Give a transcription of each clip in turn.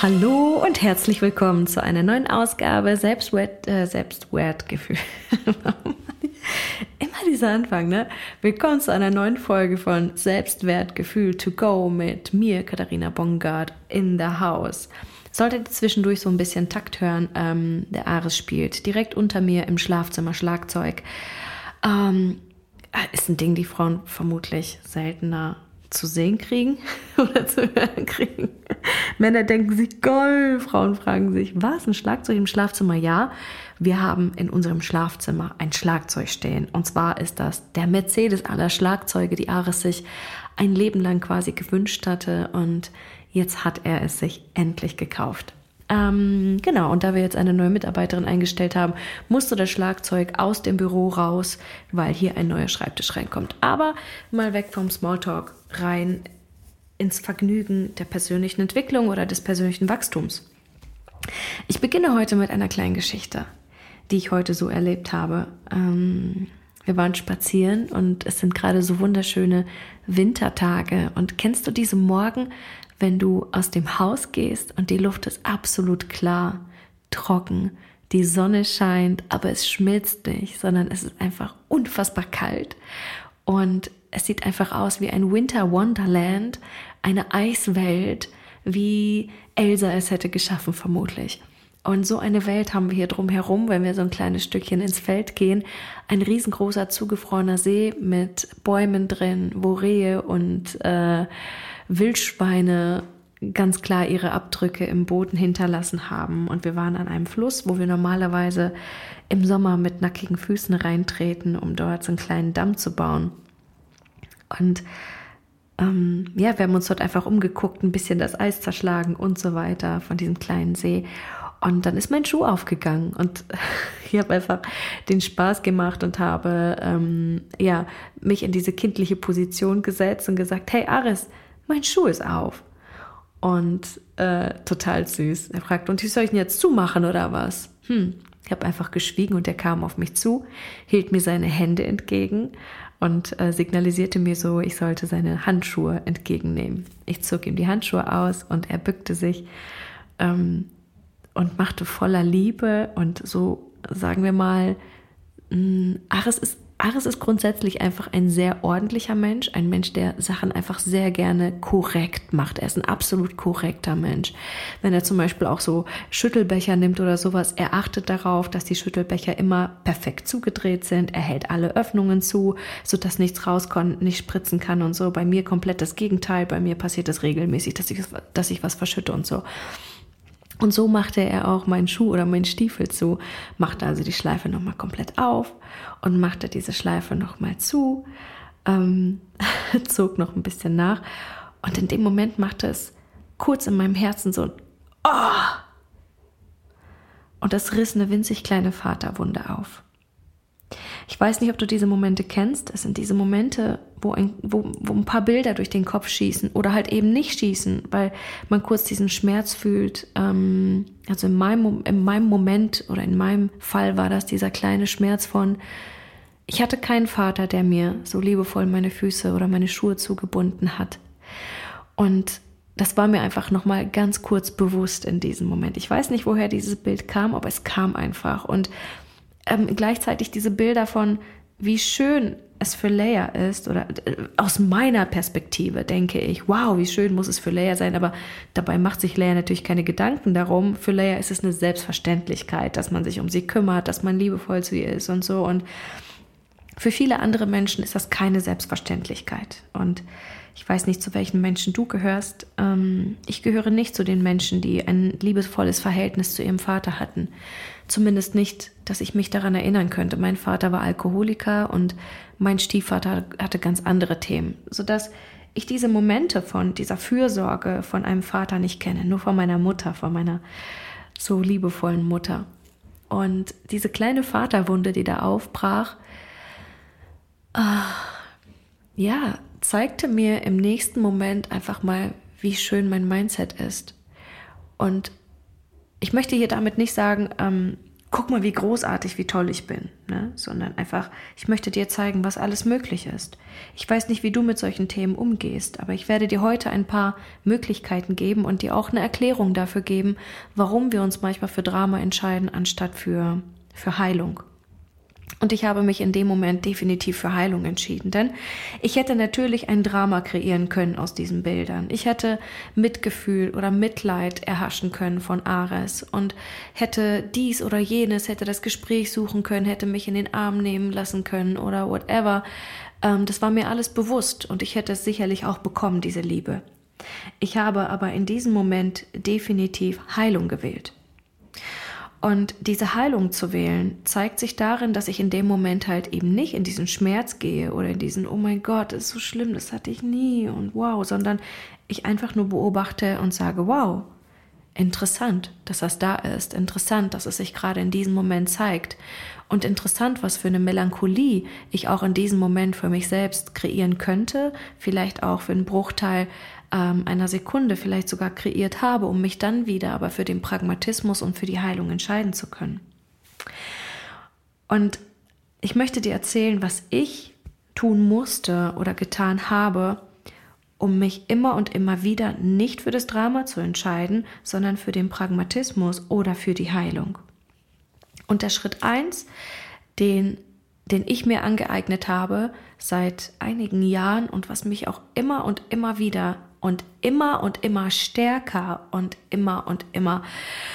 Hallo und herzlich willkommen zu einer neuen Ausgabe Selbstwertgefühl. Immer dieser Anfang, ne? Willkommen zu einer neuen Folge von Selbstwertgefühl to go mit mir, Katharina Bongard, in the house. Solltet ihr zwischendurch so ein bisschen Takt hören, der Ares spielt direkt unter mir im Schlafzimmer Schlagzeug. Ist ein Ding, die Frauen vermutlich seltener zu sehen kriegen oder zu hören kriegen. Männer denken sich, geil, Frauen fragen sich, was, ein Schlagzeug im Schlafzimmer? Ja, wir haben in unserem Schlafzimmer ein Schlagzeug stehen. Und zwar ist das der Mercedes aller Schlagzeuge, die Ares sich ein Leben lang quasi gewünscht hatte. Und jetzt hat er es sich endlich gekauft. Genau, und da wir jetzt eine neue Mitarbeiterin eingestellt haben, musste das Schlagzeug aus dem Büro raus, weil hier ein neuer Schreibtisch reinkommt. Aber mal weg vom Smalltalk, rein ins Vergnügen der persönlichen Entwicklung oder des persönlichen Wachstums. Ich beginne heute mit einer kleinen Geschichte, die ich heute so erlebt habe. Wir waren spazieren und es sind gerade so wunderschöne Wintertage. Und kennst du diese Morgen, wenn du aus dem Haus gehst und die Luft ist absolut klar, trocken, die Sonne scheint, aber es schmilzt nicht, sondern es ist einfach unfassbar kalt und es sieht einfach aus wie ein Winter Wonderland, eine Eiswelt, wie Elsa es hätte geschaffen vermutlich. Und so eine Welt haben wir hier drumherum, wenn wir so ein kleines Stückchen ins Feld gehen. Ein riesengroßer zugefrorener See mit Bäumen drin, wo Rehe und Wildschweine ganz klar ihre Abdrücke im Boden hinterlassen haben. Und wir waren an einem Fluss, wo wir normalerweise im Sommer mit nackigen Füßen reintreten, um dort so einen kleinen Damm zu bauen. Und wir haben uns dort einfach umgeguckt, ein bisschen das Eis zerschlagen und so weiter von diesem kleinen See. Und dann ist mein Schuh aufgegangen und ich habe einfach den Spaß gemacht und habe mich in diese kindliche Position gesetzt und gesagt, hey Ares, mein Schuh ist auf. Und total süß. Er fragt, und wie soll ich denn jetzt zumachen oder was? Ich habe einfach geschwiegen und er kam auf mich zu, hielt mir seine Hände entgegen und signalisierte mir so, ich sollte seine Handschuhe entgegennehmen. Ich zog ihm die Handschuhe aus und er bückte sich und machte voller Liebe und so, sagen wir mal, Ares ist grundsätzlich einfach ein sehr ordentlicher Mensch, ein Mensch, der Sachen einfach sehr gerne korrekt macht. Er ist ein absolut korrekter Mensch. Wenn er zum Beispiel auch so Schüttelbecher nimmt oder sowas, er achtet darauf, dass die Schüttelbecher immer perfekt zugedreht sind. Er hält alle Öffnungen zu, sodass nichts rauskommt, nicht spritzen kann und so. Bei mir komplett das Gegenteil. Bei mir passiert es regelmäßig, dass ich was verschütte und so. Und so machte er auch meinen Schuh oder meinen Stiefel zu, machte also die Schleife nochmal komplett auf und machte diese Schleife nochmal zu, zog noch ein bisschen nach und in dem Moment machte es kurz in meinem Herzen so ein Oh! Und das riss eine winzig kleine Vaterwunde auf. Ich weiß nicht, ob du diese Momente kennst. Es sind diese Momente, wo ein paar Bilder durch den Kopf schießen oder halt eben nicht schießen, weil man kurz diesen Schmerz fühlt. Also in meinem Moment oder in meinem Fall war das dieser kleine Schmerz von, ich hatte keinen Vater, der mir so liebevoll meine Füße oder meine Schuhe zugebunden hat. Und das war mir einfach nochmal ganz kurz bewusst in diesem Moment. Ich weiß nicht, woher dieses Bild kam, aber es kam einfach. Und gleichzeitig diese Bilder von, wie schön es für Leia ist, oder aus meiner Perspektive denke ich, wow, wie schön muss es für Leia sein, aber dabei macht sich Leia natürlich keine Gedanken darum. Für Leia ist es eine Selbstverständlichkeit, dass man sich um sie kümmert, dass man liebevoll zu ihr ist und so. Und für viele andere Menschen ist das keine Selbstverständlichkeit. Und ich weiß nicht, zu welchen Menschen du gehörst. Ich gehöre nicht zu den Menschen, die ein liebevolles Verhältnis zu ihrem Vater hatten. Zumindest nicht, dass ich mich daran erinnern könnte. Mein Vater war Alkoholiker und mein Stiefvater hatte ganz andere Themen, sodass ich diese Momente von dieser Fürsorge von einem Vater nicht kenne, nur von meiner Mutter, von meiner so liebevollen Mutter. Und diese kleine Vaterwunde, die da aufbrach, zeigte mir im nächsten Moment einfach mal, wie schön mein Mindset ist. Und ich möchte hier damit nicht sagen, guck mal, wie großartig, wie toll ich bin, ne? Sondern einfach, ich möchte dir zeigen, was alles möglich ist. Ich weiß nicht, wie du mit solchen Themen umgehst, aber ich werde dir heute ein paar Möglichkeiten geben und dir auch eine Erklärung dafür geben, warum wir uns manchmal für Drama entscheiden, anstatt für Heilung. Und ich habe mich in dem Moment definitiv für Heilung entschieden, denn ich hätte natürlich ein Drama kreieren können aus diesen Bildern. Ich hätte Mitgefühl oder Mitleid erhaschen können von Ares und hätte dies oder jenes, hätte das Gespräch suchen können, hätte mich in den Arm nehmen lassen können oder whatever. Das war mir alles bewusst und ich hätte es sicherlich auch bekommen, diese Liebe. Ich habe aber in diesem Moment definitiv Heilung gewählt. Und diese Heilung zu wählen, zeigt sich darin, dass ich in dem Moment halt eben nicht in diesen Schmerz gehe oder in diesen, oh mein Gott, das ist so schlimm, das hatte ich nie und wow, sondern ich einfach nur beobachte und sage, wow, interessant, dass das da ist, interessant, dass es sich gerade in diesem Moment zeigt und interessant, was für eine Melancholie ich auch in diesem Moment für mich selbst kreieren könnte, vielleicht auch für einen Bruchteil einer Sekunde vielleicht sogar kreiert habe, um mich dann wieder aber für den Pragmatismus und für die Heilung entscheiden zu können. Und ich möchte dir erzählen, was ich tun musste oder getan habe, um mich immer und immer wieder nicht für das Drama zu entscheiden, sondern für den Pragmatismus oder für die Heilung. Und der Schritt 1, den ich mir angeeignet habe seit einigen Jahren und was mich auch immer und immer wieder und immer stärker und immer,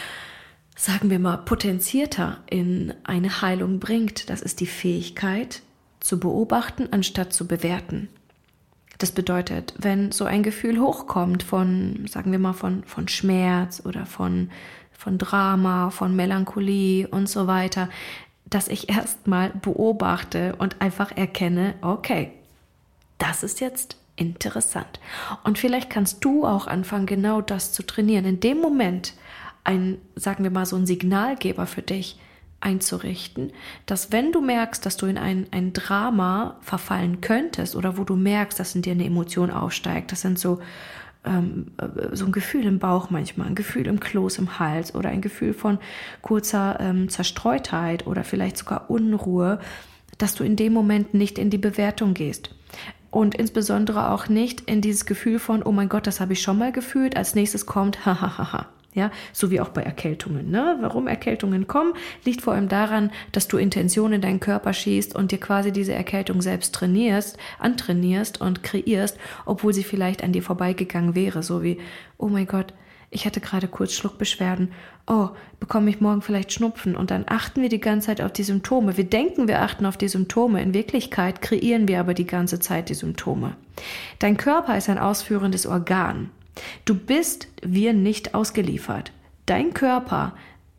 sagen wir mal, potenzierter in eine Heilung bringt, das ist die Fähigkeit zu beobachten, anstatt zu bewerten. Das bedeutet, wenn so ein Gefühl hochkommt von, sagen wir mal, von Schmerz oder von Drama, von Melancholie und so weiter, dass ich erstmal beobachte und einfach erkenne, okay, das ist jetzt interessant. Und vielleicht kannst du auch anfangen, genau das zu trainieren. In dem Moment sagen wir mal, so ein Signalgeber für dich einzurichten, dass wenn du merkst, dass du in ein Drama verfallen könntest oder wo du merkst, dass in dir eine Emotion aufsteigt, das sind so ein Gefühl im Bauch manchmal, ein Gefühl im Kloß im Hals oder ein Gefühl von kurzer Zerstreutheit oder vielleicht sogar Unruhe, dass du in dem Moment nicht in die Bewertung gehst. Und insbesondere auch nicht in dieses Gefühl von, oh mein Gott, das habe ich schon mal gefühlt, als nächstes kommt, hahaha. Ja, so wie auch bei Erkältungen. Ne? Warum Erkältungen kommen, liegt vor allem daran, dass du Intention in deinen Körper schießt und dir quasi diese Erkältung selbst antrainierst und kreierst, obwohl sie vielleicht an dir vorbeigegangen wäre. So wie, oh mein Gott, ich hatte gerade kurz Schluckbeschwerden. Oh, bekomme ich morgen vielleicht Schnupfen? Und dann achten wir die ganze Zeit auf die Symptome. Wir denken, wir achten auf die Symptome. In Wirklichkeit kreieren wir aber die ganze Zeit die Symptome. Dein Körper ist ein ausführendes Organ. Du bist wir nicht ausgeliefert. Dein Körper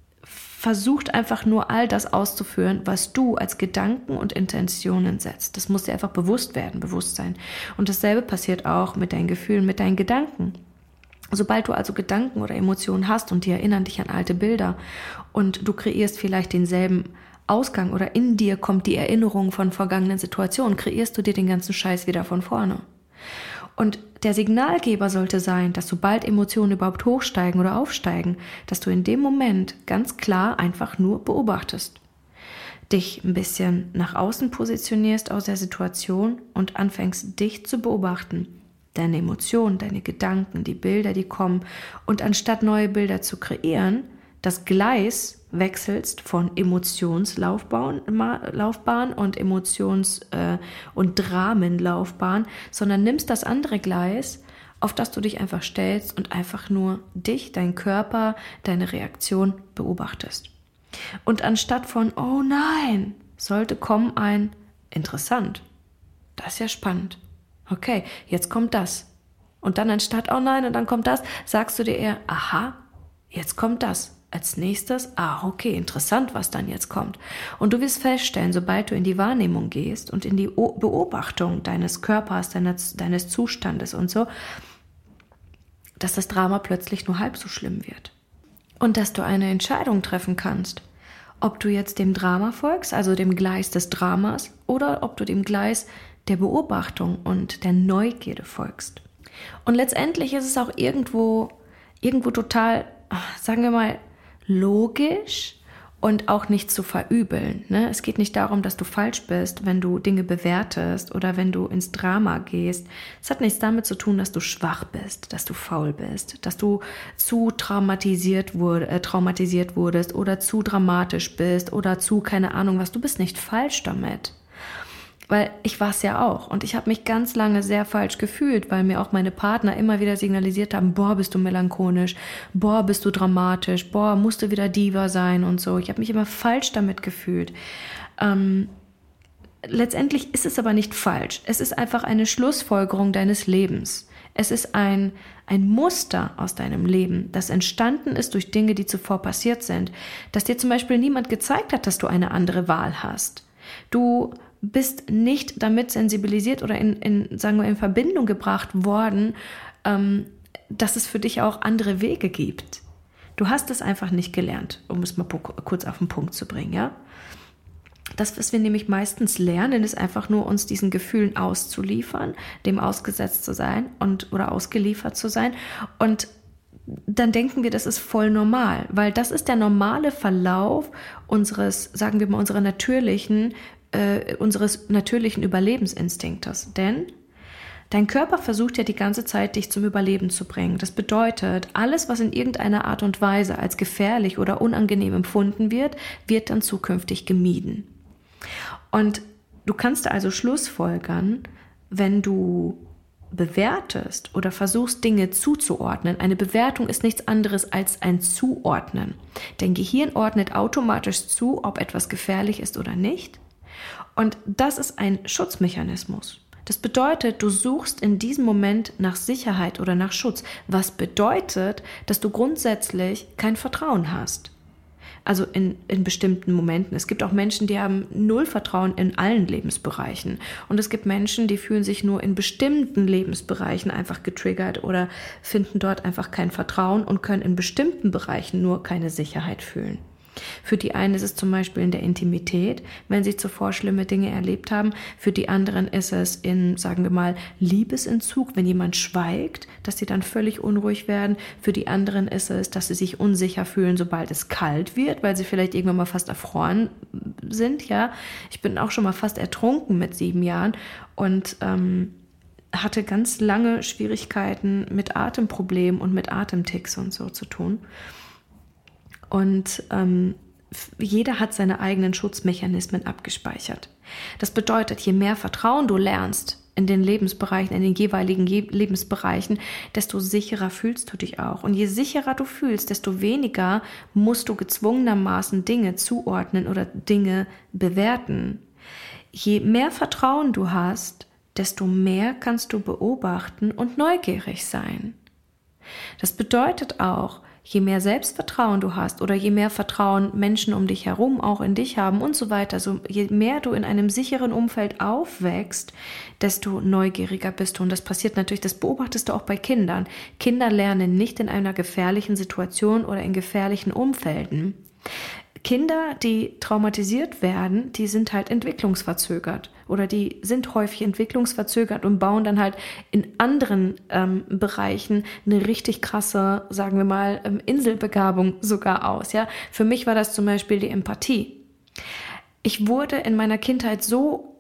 versucht einfach nur all das auszuführen, was du als Gedanken und Intentionen setzt. Das muss dir einfach bewusst sein. Und dasselbe passiert auch mit deinen Gefühlen, mit deinen Gedanken. Sobald du also Gedanken oder Emotionen hast und die erinnern dich an alte Bilder und du kreierst vielleicht denselben Ausgang oder in dir kommt die Erinnerung von vergangenen Situationen, kreierst du dir den ganzen Scheiß wieder von vorne. Und der Signalgeber sollte sein, dass sobald Emotionen überhaupt hochsteigen oder aufsteigen, dass du in dem Moment ganz klar einfach nur beobachtest. Dich ein bisschen nach außen positionierst aus der Situation und anfängst, dich zu beobachten. Deine Emotionen, deine Gedanken, die Bilder, die kommen. Und anstatt neue Bilder zu kreieren, das Gleis wechselst von Emotionslaufbahn und und Dramenlaufbahn, sondern nimmst das andere Gleis, auf das du dich einfach stellst und einfach nur dich, dein Körper, deine Reaktion beobachtest. Und anstatt von, oh nein, sollte kommen ein interessant. Das ist ja spannend. Okay, jetzt kommt das. Und dann anstatt, oh nein, und dann kommt das, sagst du dir eher, aha, jetzt kommt das. Als nächstes, okay, interessant, was dann jetzt kommt. Und du wirst feststellen, sobald du in die Wahrnehmung gehst und in die Beobachtung deines Körpers, deines Zustandes und so, dass das Drama plötzlich nur halb so schlimm wird. Und dass du eine Entscheidung treffen kannst, ob du jetzt dem Drama folgst, also dem Gleis des Dramas, oder ob du dem Gleis der Beobachtung und der Neugierde folgst. Und letztendlich ist es auch irgendwo total, sagen wir mal, logisch und auch nicht zu verübeln. Ne? Es geht nicht darum, dass du falsch bist, wenn du Dinge bewertest oder wenn du ins Drama gehst. Es hat nichts damit zu tun, dass du schwach bist, dass du faul bist, dass du zu traumatisiert wurdest oder zu dramatisch bist oder zu keine Ahnung was. Du bist nicht falsch damit. Weil ich war es ja auch und ich habe mich ganz lange sehr falsch gefühlt, weil mir auch meine Partner immer wieder signalisiert haben, boah, bist du melancholisch, boah, bist du dramatisch, boah, musst du wieder Diva sein und so. Ich habe mich immer falsch damit gefühlt. Letztendlich ist es aber nicht falsch. Es ist einfach eine Schlussfolgerung deines Lebens. Es ist ein Muster aus deinem Leben, das entstanden ist durch Dinge, die zuvor passiert sind, dass dir zum Beispiel niemand gezeigt hat, dass du eine andere Wahl hast. Du bist nicht damit sensibilisiert oder sagen wir, in Verbindung gebracht worden, dass es für dich auch andere Wege gibt. Du hast es einfach nicht gelernt, um es mal kurz auf den Punkt zu bringen, ja? Das, was wir nämlich meistens lernen, ist einfach nur, uns diesen Gefühlen auszuliefern, dem ausgesetzt zu sein oder ausgeliefert zu sein. Und dann denken wir, das ist voll normal, weil das ist der normale Verlauf unseres natürlichen Überlebensinstinktes. Denn dein Körper versucht ja die ganze Zeit, dich zum Überleben zu bringen. Das bedeutet, alles, was in irgendeiner Art und Weise als gefährlich oder unangenehm empfunden wird, wird dann zukünftig gemieden. Und du kannst also schlussfolgern, wenn du bewertest oder versuchst, Dinge zuzuordnen. Eine Bewertung ist nichts anderes als ein Zuordnen. Dein Gehirn ordnet automatisch zu, ob etwas gefährlich ist oder nicht. Und das ist ein Schutzmechanismus. Das bedeutet, du suchst in diesem Moment nach Sicherheit oder nach Schutz. Was bedeutet, dass du grundsätzlich kein Vertrauen hast. Also in bestimmten Momenten. Es gibt auch Menschen, die haben null Vertrauen in allen Lebensbereichen. Und es gibt Menschen, die fühlen sich nur in bestimmten Lebensbereichen einfach getriggert oder finden dort einfach kein Vertrauen und können in bestimmten Bereichen nur keine Sicherheit fühlen. Für die einen ist es zum Beispiel in der Intimität, wenn sie zuvor schlimme Dinge erlebt haben. Für die anderen ist es in, sagen wir mal, Liebesentzug, wenn jemand schweigt, dass sie dann völlig unruhig werden. Für die anderen ist es, dass sie sich unsicher fühlen, sobald es kalt wird, weil sie vielleicht irgendwann mal fast erfroren sind. Ja, ich bin auch schon mal fast ertrunken mit 7 Jahren und hatte ganz lange Schwierigkeiten mit Atemproblemen und mit Atemtics und so zu tun. Und jeder hat seine eigenen Schutzmechanismen abgespeichert. Das bedeutet, je mehr Vertrauen du lernst in den Lebensbereichen, in den jeweiligen Lebensbereichen, desto sicherer fühlst du dich auch. Und je sicherer du fühlst, desto weniger musst du gezwungenermaßen Dinge zuordnen oder Dinge bewerten. Je mehr Vertrauen du hast, desto mehr kannst du beobachten und neugierig sein. Das bedeutet auch, je mehr Selbstvertrauen du hast oder je mehr Vertrauen Menschen um dich herum auch in dich haben und so weiter, so je mehr du in einem sicheren Umfeld aufwächst, desto neugieriger bist du. Und das passiert natürlich, das beobachtest du auch bei Kindern. Kinder lernen nicht in einer gefährlichen Situation oder in gefährlichen Umfelden. Kinder, die traumatisiert werden, die sind halt entwicklungsverzögert oder die sind häufig entwicklungsverzögert und bauen dann halt in anderen Bereichen eine richtig krasse, sagen wir mal, Inselbegabung sogar aus. Ja? Für mich war das zum Beispiel die Empathie. Ich wurde in meiner Kindheit so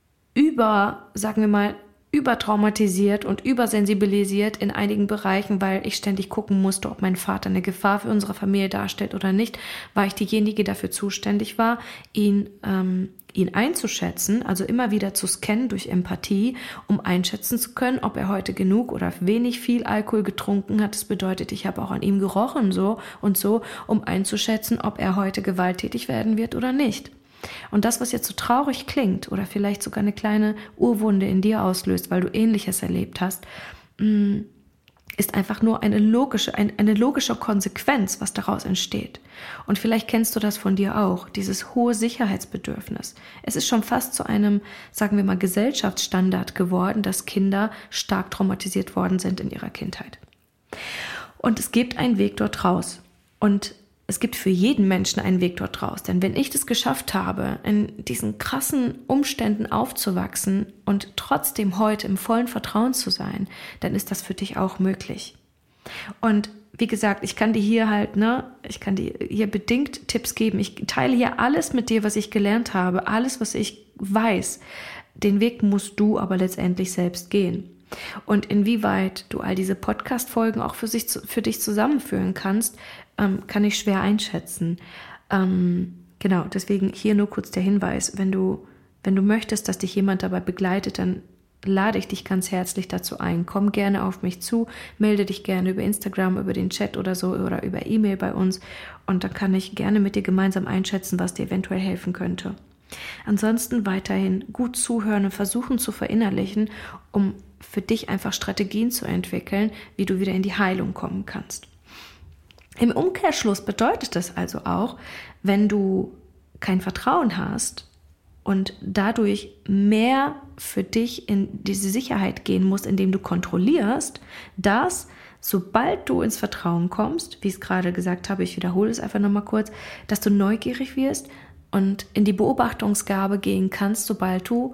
übertraumatisiert und übersensibilisiert in einigen Bereichen, weil ich ständig gucken musste, ob mein Vater eine Gefahr für unsere Familie darstellt oder nicht, weil ich diejenige, die dafür zuständig war, ihn einzuschätzen, also immer wieder zu scannen durch Empathie, um einschätzen zu können, ob er heute genug oder viel Alkohol getrunken hat. Das bedeutet, ich habe auch an ihm gerochen, so, um einzuschätzen, ob er heute gewalttätig werden wird oder nicht. Und das, was jetzt so traurig klingt oder vielleicht sogar eine kleine Urwunde in dir auslöst, weil du Ähnliches erlebt hast, ist einfach nur eine logische Konsequenz, was daraus entsteht. Und vielleicht kennst du das von dir auch, dieses hohe Sicherheitsbedürfnis. Es ist schon fast zu einem, sagen wir mal, Gesellschaftsstandard geworden, dass Kinder stark traumatisiert worden sind in ihrer Kindheit. Und es gibt einen Weg dort raus. Und es gibt für jeden Menschen einen Weg dort raus. Denn wenn ich das geschafft habe, in diesen krassen Umständen aufzuwachsen und trotzdem heute im vollen Vertrauen zu sein, dann ist das für dich auch möglich. Und wie gesagt, ich kann dir hier bedingt Tipps geben. Ich teile hier alles mit dir, was ich gelernt habe, alles, was ich weiß. Den Weg musst du aber letztendlich selbst gehen. Und inwieweit du all diese Podcast-Folgen auch für dich zusammenführen kannst, kann ich schwer einschätzen. Genau, deswegen hier nur kurz der Hinweis, wenn du möchtest, dass dich jemand dabei begleitet, dann lade ich dich ganz herzlich dazu ein. Komm gerne auf mich zu, melde dich gerne über Instagram, über den Chat oder so oder über E-Mail bei uns und dann kann ich gerne mit dir gemeinsam einschätzen, was dir eventuell helfen könnte. Ansonsten weiterhin gut zuhören und versuchen zu verinnerlichen, um für dich einfach Strategien zu entwickeln, wie du wieder in die Heilung kommen kannst. Im Umkehrschluss bedeutet das also auch, wenn du kein Vertrauen hast und dadurch mehr für dich in diese Sicherheit gehen musst, indem du kontrollierst, dass sobald du ins Vertrauen kommst, wie ich es gerade gesagt habe, ich wiederhole es einfach nochmal kurz, dass du neugierig wirst und in die Beobachtungsgabe gehen kannst, sobald du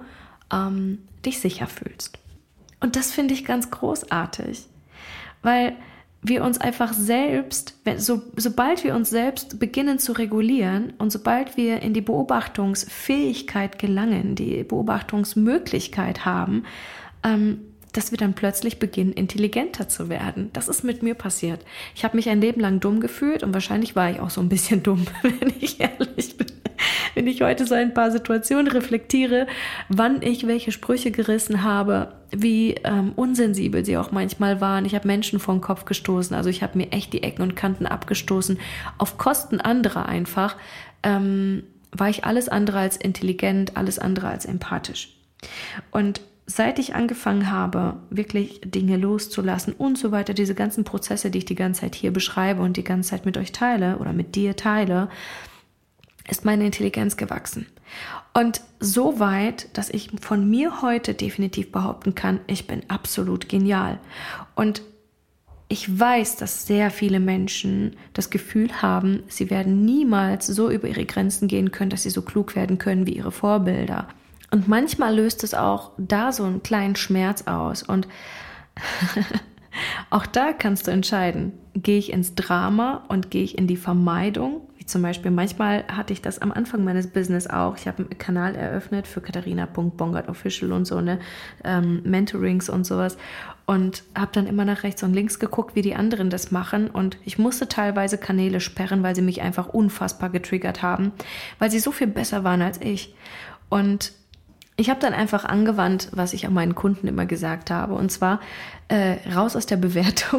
dich sicher fühlst. Und das finde ich ganz großartig, weil wir uns einfach selbst, sobald wir uns selbst beginnen zu regulieren und sobald wir in die Beobachtungsfähigkeit gelangen, die Beobachtungsmöglichkeit haben, dass wir dann plötzlich beginnen, intelligenter zu werden. Das ist mit mir passiert. Ich habe mich ein Leben lang dumm gefühlt und wahrscheinlich war ich auch so ein bisschen dumm, wenn ich ehrlich bin. Wenn ich heute so ein paar Situationen reflektiere, wann ich welche Sprüche gerissen habe, wie unsensibel sie auch manchmal waren. Ich habe Menschen vor den Kopf gestoßen, also ich habe mir echt die Ecken und Kanten abgestoßen. Auf Kosten anderer einfach war ich alles andere als intelligent, alles andere als empathisch. Und seit ich angefangen habe, wirklich Dinge loszulassen und so weiter, diese ganzen Prozesse, die ich die ganze Zeit hier beschreibe und die ganze Zeit mit euch teile oder mit dir teile, ist meine Intelligenz gewachsen. Und so weit, dass ich von mir heute definitiv behaupten kann, ich bin absolut genial. Und ich weiß, dass sehr viele Menschen das Gefühl haben, sie werden niemals so über ihre Grenzen gehen können, dass sie so klug werden können wie ihre Vorbilder. Und manchmal löst es auch da so einen kleinen Schmerz aus. Und auch da kannst du entscheiden, gehe ich ins Drama und gehe ich in die Vermeidung? Wie zum Beispiel, manchmal hatte ich das am Anfang meines Business auch. Ich habe einen Kanal eröffnet für Katharina.Bongard-Official und so, Mentorings und sowas. Und habe dann immer nach rechts und links geguckt, wie die anderen das machen. Und ich musste teilweise Kanäle sperren, weil sie mich einfach unfassbar getriggert haben, weil sie so viel besser waren als ich. Und ich habe dann einfach angewandt, was ich an meinen Kunden immer gesagt habe, und zwar raus aus der Bewertung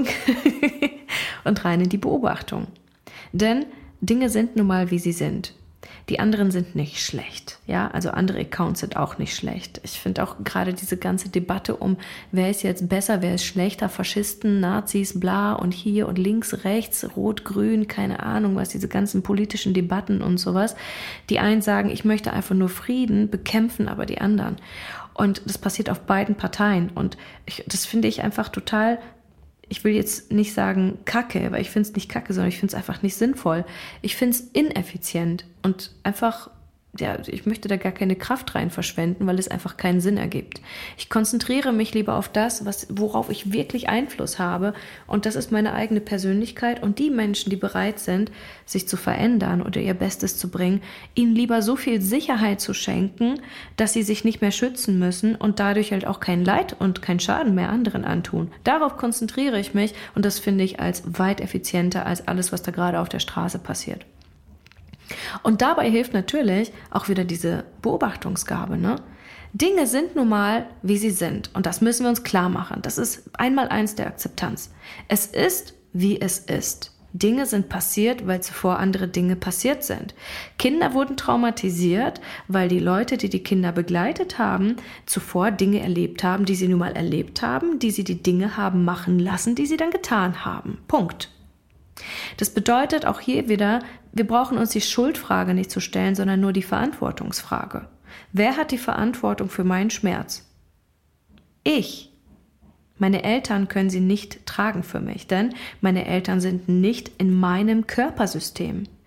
und rein in die Beobachtung. Denn Dinge sind nun mal, wie sie sind. Die anderen sind nicht schlecht, ja, also andere Accounts sind auch nicht schlecht. Ich finde auch gerade diese ganze Debatte um, wer ist jetzt besser, wer ist schlechter, Faschisten, Nazis, bla und hier und links, rechts, rot, grün, keine Ahnung was, diese ganzen politischen Debatten und sowas. Die einen sagen, ich möchte einfach nur Frieden, bekämpfen aber die anderen. Und das passiert auf beiden Parteien und das finde ich einfach total. Ich will jetzt nicht sagen Kacke, weil ich finde es nicht Kacke, sondern ich finde es einfach nicht sinnvoll. Ich finde es ineffizient und einfach, ja, ich möchte da gar keine Kraft rein verschwenden, weil es einfach keinen Sinn ergibt. Ich konzentriere mich lieber auf das, worauf ich wirklich Einfluss habe und das ist meine eigene Persönlichkeit und die Menschen, die bereit sind, sich zu verändern oder ihr Bestes zu bringen, ihnen lieber so viel Sicherheit zu schenken, dass sie sich nicht mehr schützen müssen und dadurch halt auch kein Leid und kein Schaden mehr anderen antun. Darauf konzentriere ich mich und das finde ich als weit effizienter als alles, was da gerade auf der Straße passiert. Und dabei hilft natürlich auch wieder diese Beobachtungsgabe, ne? Dinge sind nun mal, wie sie sind. Und das müssen wir uns klar machen. Das ist einmal der Akzeptanz. Es ist, wie es ist. Dinge sind passiert, weil zuvor andere Dinge passiert sind. Kinder wurden traumatisiert, weil die Leute, die die Kinder begleitet haben, zuvor Dinge erlebt haben, die sie nun mal erlebt haben, die sie die Dinge haben machen lassen, die sie dann getan haben. Punkt. Das bedeutet auch hier wieder, wir brauchen uns die Schuldfrage nicht zu stellen, sondern nur die Verantwortungsfrage. Wer hat die Verantwortung für meinen Schmerz? Ich. Meine Eltern können sie nicht tragen für mich, denn meine Eltern sind nicht in meinem Körpersystem.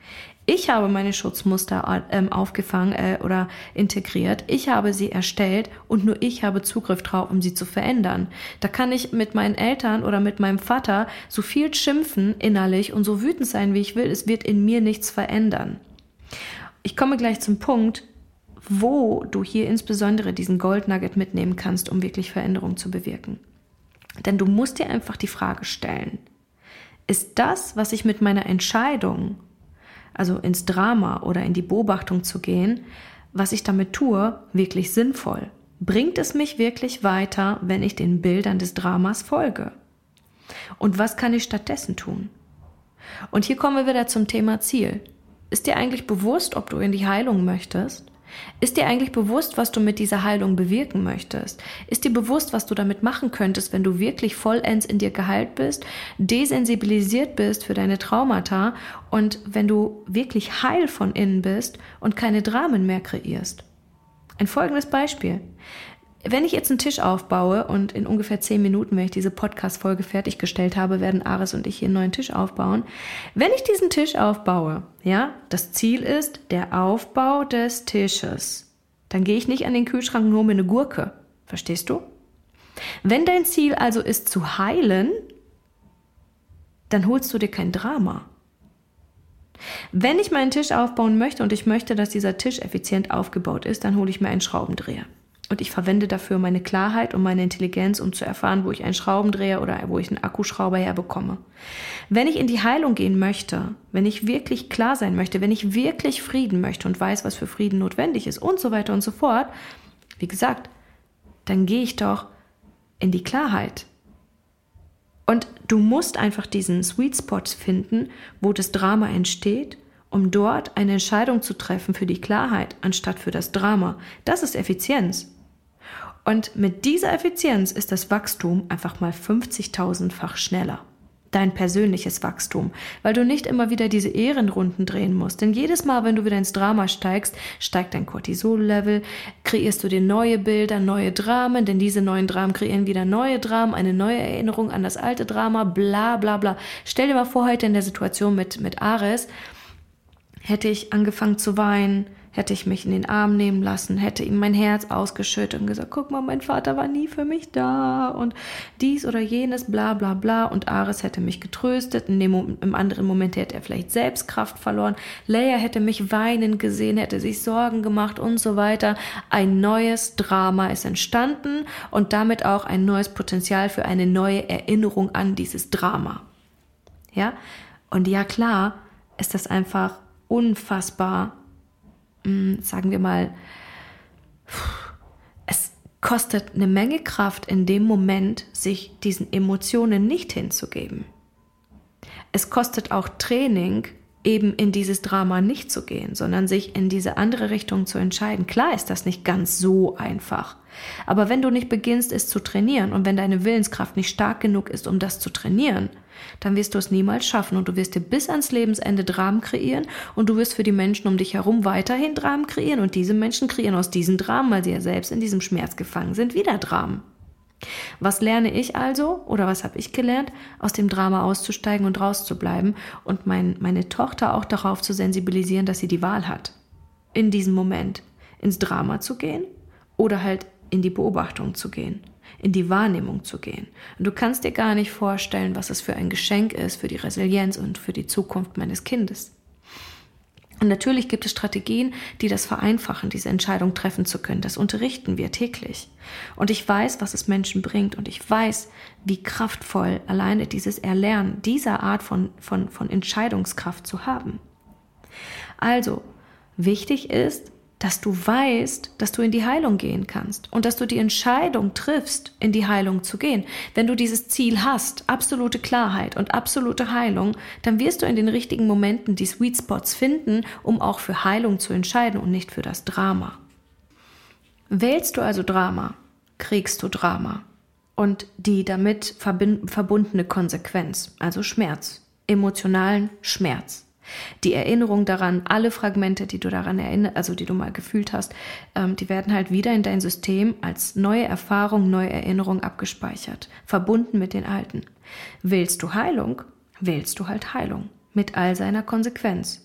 Ich habe meine Schutzmuster aufgefangen oder integriert. Ich habe sie erstellt und nur ich habe Zugriff drauf, um sie zu verändern. Da kann ich mit meinen Eltern oder mit meinem Vater so viel schimpfen innerlich und so wütend sein, wie ich will. Es wird in mir nichts verändern. Ich komme gleich zum Punkt, wo du hier insbesondere diesen Goldnugget mitnehmen kannst, um wirklich Veränderung zu bewirken. Denn du musst dir einfach die Frage stellen, ist das, was ich mit meiner Entscheidung, also ins Drama oder in die Beobachtung zu gehen, was ich damit tue, wirklich sinnvoll? Bringt es mich wirklich weiter, wenn ich den Bildern des Dramas folge? Und was kann ich stattdessen tun? Und hier kommen wir wieder zum Thema Ziel. Ist dir eigentlich bewusst, ob du in die Heilung möchtest? Ist dir eigentlich bewusst, was du mit dieser Heilung bewirken möchtest? Ist dir bewusst, was du damit machen könntest, wenn du wirklich vollends in dir geheilt bist, desensibilisiert bist für deine Traumata und wenn du wirklich heil von innen bist und keine Dramen mehr kreierst? Ein folgendes Beispiel. Wenn ich jetzt einen Tisch aufbaue und in ungefähr 10 Minuten, wenn ich diese Podcast-Folge fertiggestellt habe, werden Aris und ich hier einen neuen Tisch aufbauen. Wenn ich diesen Tisch aufbaue, ja, das Ziel ist der Aufbau des Tisches, dann gehe ich nicht an den Kühlschrank nur mit einer Gurke. Verstehst du? Wenn dein Ziel also ist zu heilen, dann holst du dir kein Drama. Wenn ich meinen Tisch aufbauen möchte und ich möchte, dass dieser Tisch effizient aufgebaut ist, dann hole ich mir einen Schraubendreher. Und ich verwende dafür meine Klarheit und meine Intelligenz, um zu erfahren, wo ich einen Schraubendreher oder wo ich einen Akkuschrauber herbekomme. Wenn ich in die Heilung gehen möchte, wenn ich wirklich klar sein möchte, wenn ich wirklich Frieden möchte und weiß, was für Frieden notwendig ist und so weiter und so fort, wie gesagt, dann gehe ich doch in die Klarheit. Und du musst einfach diesen Sweet Spot finden, wo das Drama entsteht, um dort eine Entscheidung zu treffen für die Klarheit, anstatt für das Drama. Das ist Effizienz. Und mit dieser Effizienz ist das Wachstum einfach mal 50.000-fach schneller. Dein persönliches Wachstum, weil du nicht immer wieder diese Ehrenrunden drehen musst. Denn jedes Mal, wenn du wieder ins Drama steigst, steigt dein Cortisol-Level, kreierst du dir neue Bilder, neue Dramen, denn diese neuen Dramen kreieren wieder neue Dramen, eine neue Erinnerung an das alte Drama, bla bla bla. Stell dir mal vor, heute in der Situation mit Aris, hätte ich angefangen zu weinen, hätte ich mich in den Arm nehmen lassen, hätte ihm mein Herz ausgeschüttet und gesagt, guck mal, mein Vater war nie für mich da und dies oder jenes, bla bla bla. Und Aris hätte mich getröstet, im anderen Moment hätte er vielleicht Selbstkraft verloren. Leia hätte mich weinen gesehen, hätte sich Sorgen gemacht und so weiter. Ein neues Drama ist entstanden und damit auch ein neues Potenzial für eine neue Erinnerung an dieses Drama. Ja? Und ja, klar, ist das einfach unfassbar, sagen wir mal, es kostet eine Menge Kraft in dem Moment, sich diesen Emotionen nicht hinzugeben. Es kostet auch Training, eben in dieses Drama nicht zu gehen, sondern sich in diese andere Richtung zu entscheiden. Klar ist das nicht ganz so einfach. Aber wenn du nicht beginnst, es zu trainieren und wenn deine Willenskraft nicht stark genug ist, um das zu trainieren, dann wirst du es niemals schaffen und du wirst dir bis ans Lebensende Dramen kreieren und du wirst für die Menschen um dich herum weiterhin Dramen kreieren und diese Menschen kreieren aus diesen Dramen, weil sie ja selbst in diesem Schmerz gefangen sind, wieder Dramen. Was lerne ich also oder was habe ich gelernt? Aus dem Drama auszusteigen und rauszubleiben und meine Tochter auch darauf zu sensibilisieren, dass sie die Wahl hat, in diesem Moment ins Drama zu gehen oder halt in die Beobachtung zu gehen, in die Wahrnehmung zu gehen. Und du kannst dir gar nicht vorstellen, was es für ein Geschenk ist für die Resilienz und für die Zukunft meines Kindes. Und natürlich gibt es Strategien, die das vereinfachen, diese Entscheidung treffen zu können. Das unterrichten wir täglich. Und ich weiß, was es Menschen bringt. Und ich weiß, wie kraftvoll alleine dieses Erlernen dieser Art von Entscheidungskraft zu haben. Also, wichtig ist, dass du weißt, dass du in die Heilung gehen kannst und dass du die Entscheidung triffst, in die Heilung zu gehen. Wenn du dieses Ziel hast, absolute Klarheit und absolute Heilung, dann wirst du in den richtigen Momenten die Sweet Spots finden, um auch für Heilung zu entscheiden und nicht für das Drama. Wählst du also Drama, kriegst du Drama und die damit verbundene Konsequenz, also Schmerz, emotionalen Schmerz. Die Erinnerung daran, alle Fragmente, die du daran erinnerst, also die du mal gefühlt hast, die werden halt wieder in dein System als neue Erfahrung, neue Erinnerung abgespeichert, verbunden mit den alten. Wählst du Heilung, wählst du halt Heilung mit all seiner Konsequenz.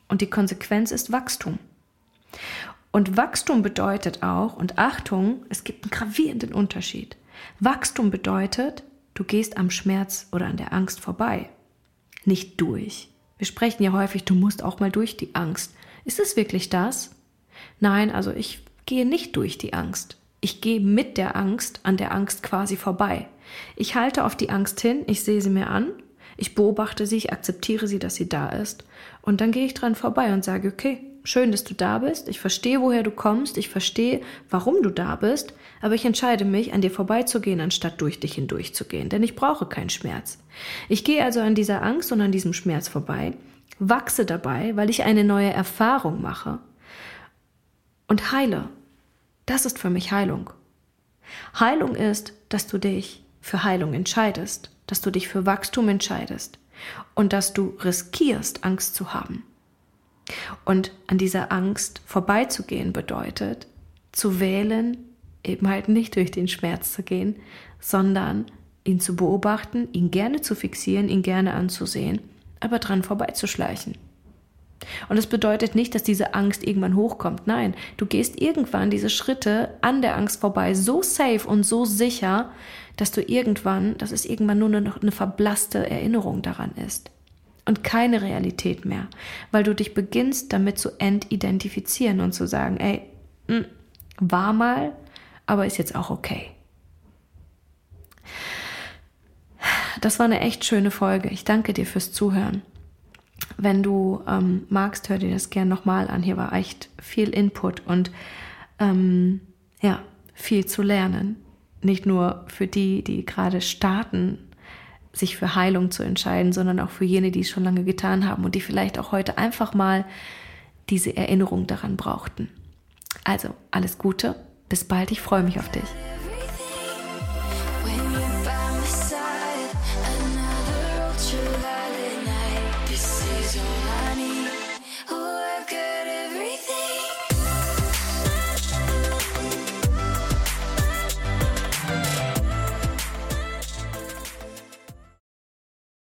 Und die Konsequenz ist Wachstum. Und Wachstum bedeutet auch, und Achtung, es gibt einen gravierenden Unterschied. Wachstum bedeutet, du gehst am Schmerz oder an der Angst vorbei, nicht durch. Wir sprechen ja häufig, du musst auch mal durch die Angst. Ist es wirklich das? Nein, also ich gehe nicht durch die Angst. Ich gehe mit der Angst an der Angst quasi vorbei. Ich halte auf die Angst hin, ich sehe sie mir an, ich beobachte sie, ich akzeptiere sie, dass sie da ist. Und dann gehe ich dran vorbei und sage, okay, schön, dass du da bist, ich verstehe, woher du kommst, ich verstehe, warum du da bist, aber ich entscheide mich, an dir vorbeizugehen, anstatt durch dich hindurchzugehen, denn ich brauche keinen Schmerz. Ich gehe also an dieser Angst und an diesem Schmerz vorbei, wachse dabei, weil ich eine neue Erfahrung mache und heile. Das ist für mich Heilung. Heilung ist, dass du dich für Heilung entscheidest, dass du dich für Wachstum entscheidest und dass du riskierst, Angst zu haben. Und an dieser Angst vorbeizugehen bedeutet, zu wählen, eben halt nicht durch den Schmerz zu gehen, sondern ihn zu beobachten, ihn gerne zu fixieren, ihn gerne anzusehen, aber dran vorbeizuschleichen. Und es bedeutet nicht, dass diese Angst irgendwann hochkommt. Nein, du gehst irgendwann diese Schritte an der Angst vorbei, so safe und so sicher, dass es irgendwann nur noch eine verblasste Erinnerung daran ist. Und keine Realität mehr, weil du dich beginnst damit zu entidentifizieren und zu sagen, ey, war mal, aber ist jetzt auch okay. Das war eine echt schöne Folge. Ich danke dir fürs Zuhören. Wenn du magst, hör dir das gerne nochmal an. Hier war echt viel Input und viel zu lernen. Nicht nur für die gerade starten, sich für Heilung zu entscheiden, sondern auch für jene, die es schon lange getan haben und die vielleicht auch heute einfach mal diese Erinnerung daran brauchten. Also, alles Gute, bis bald, ich freue mich auf dich.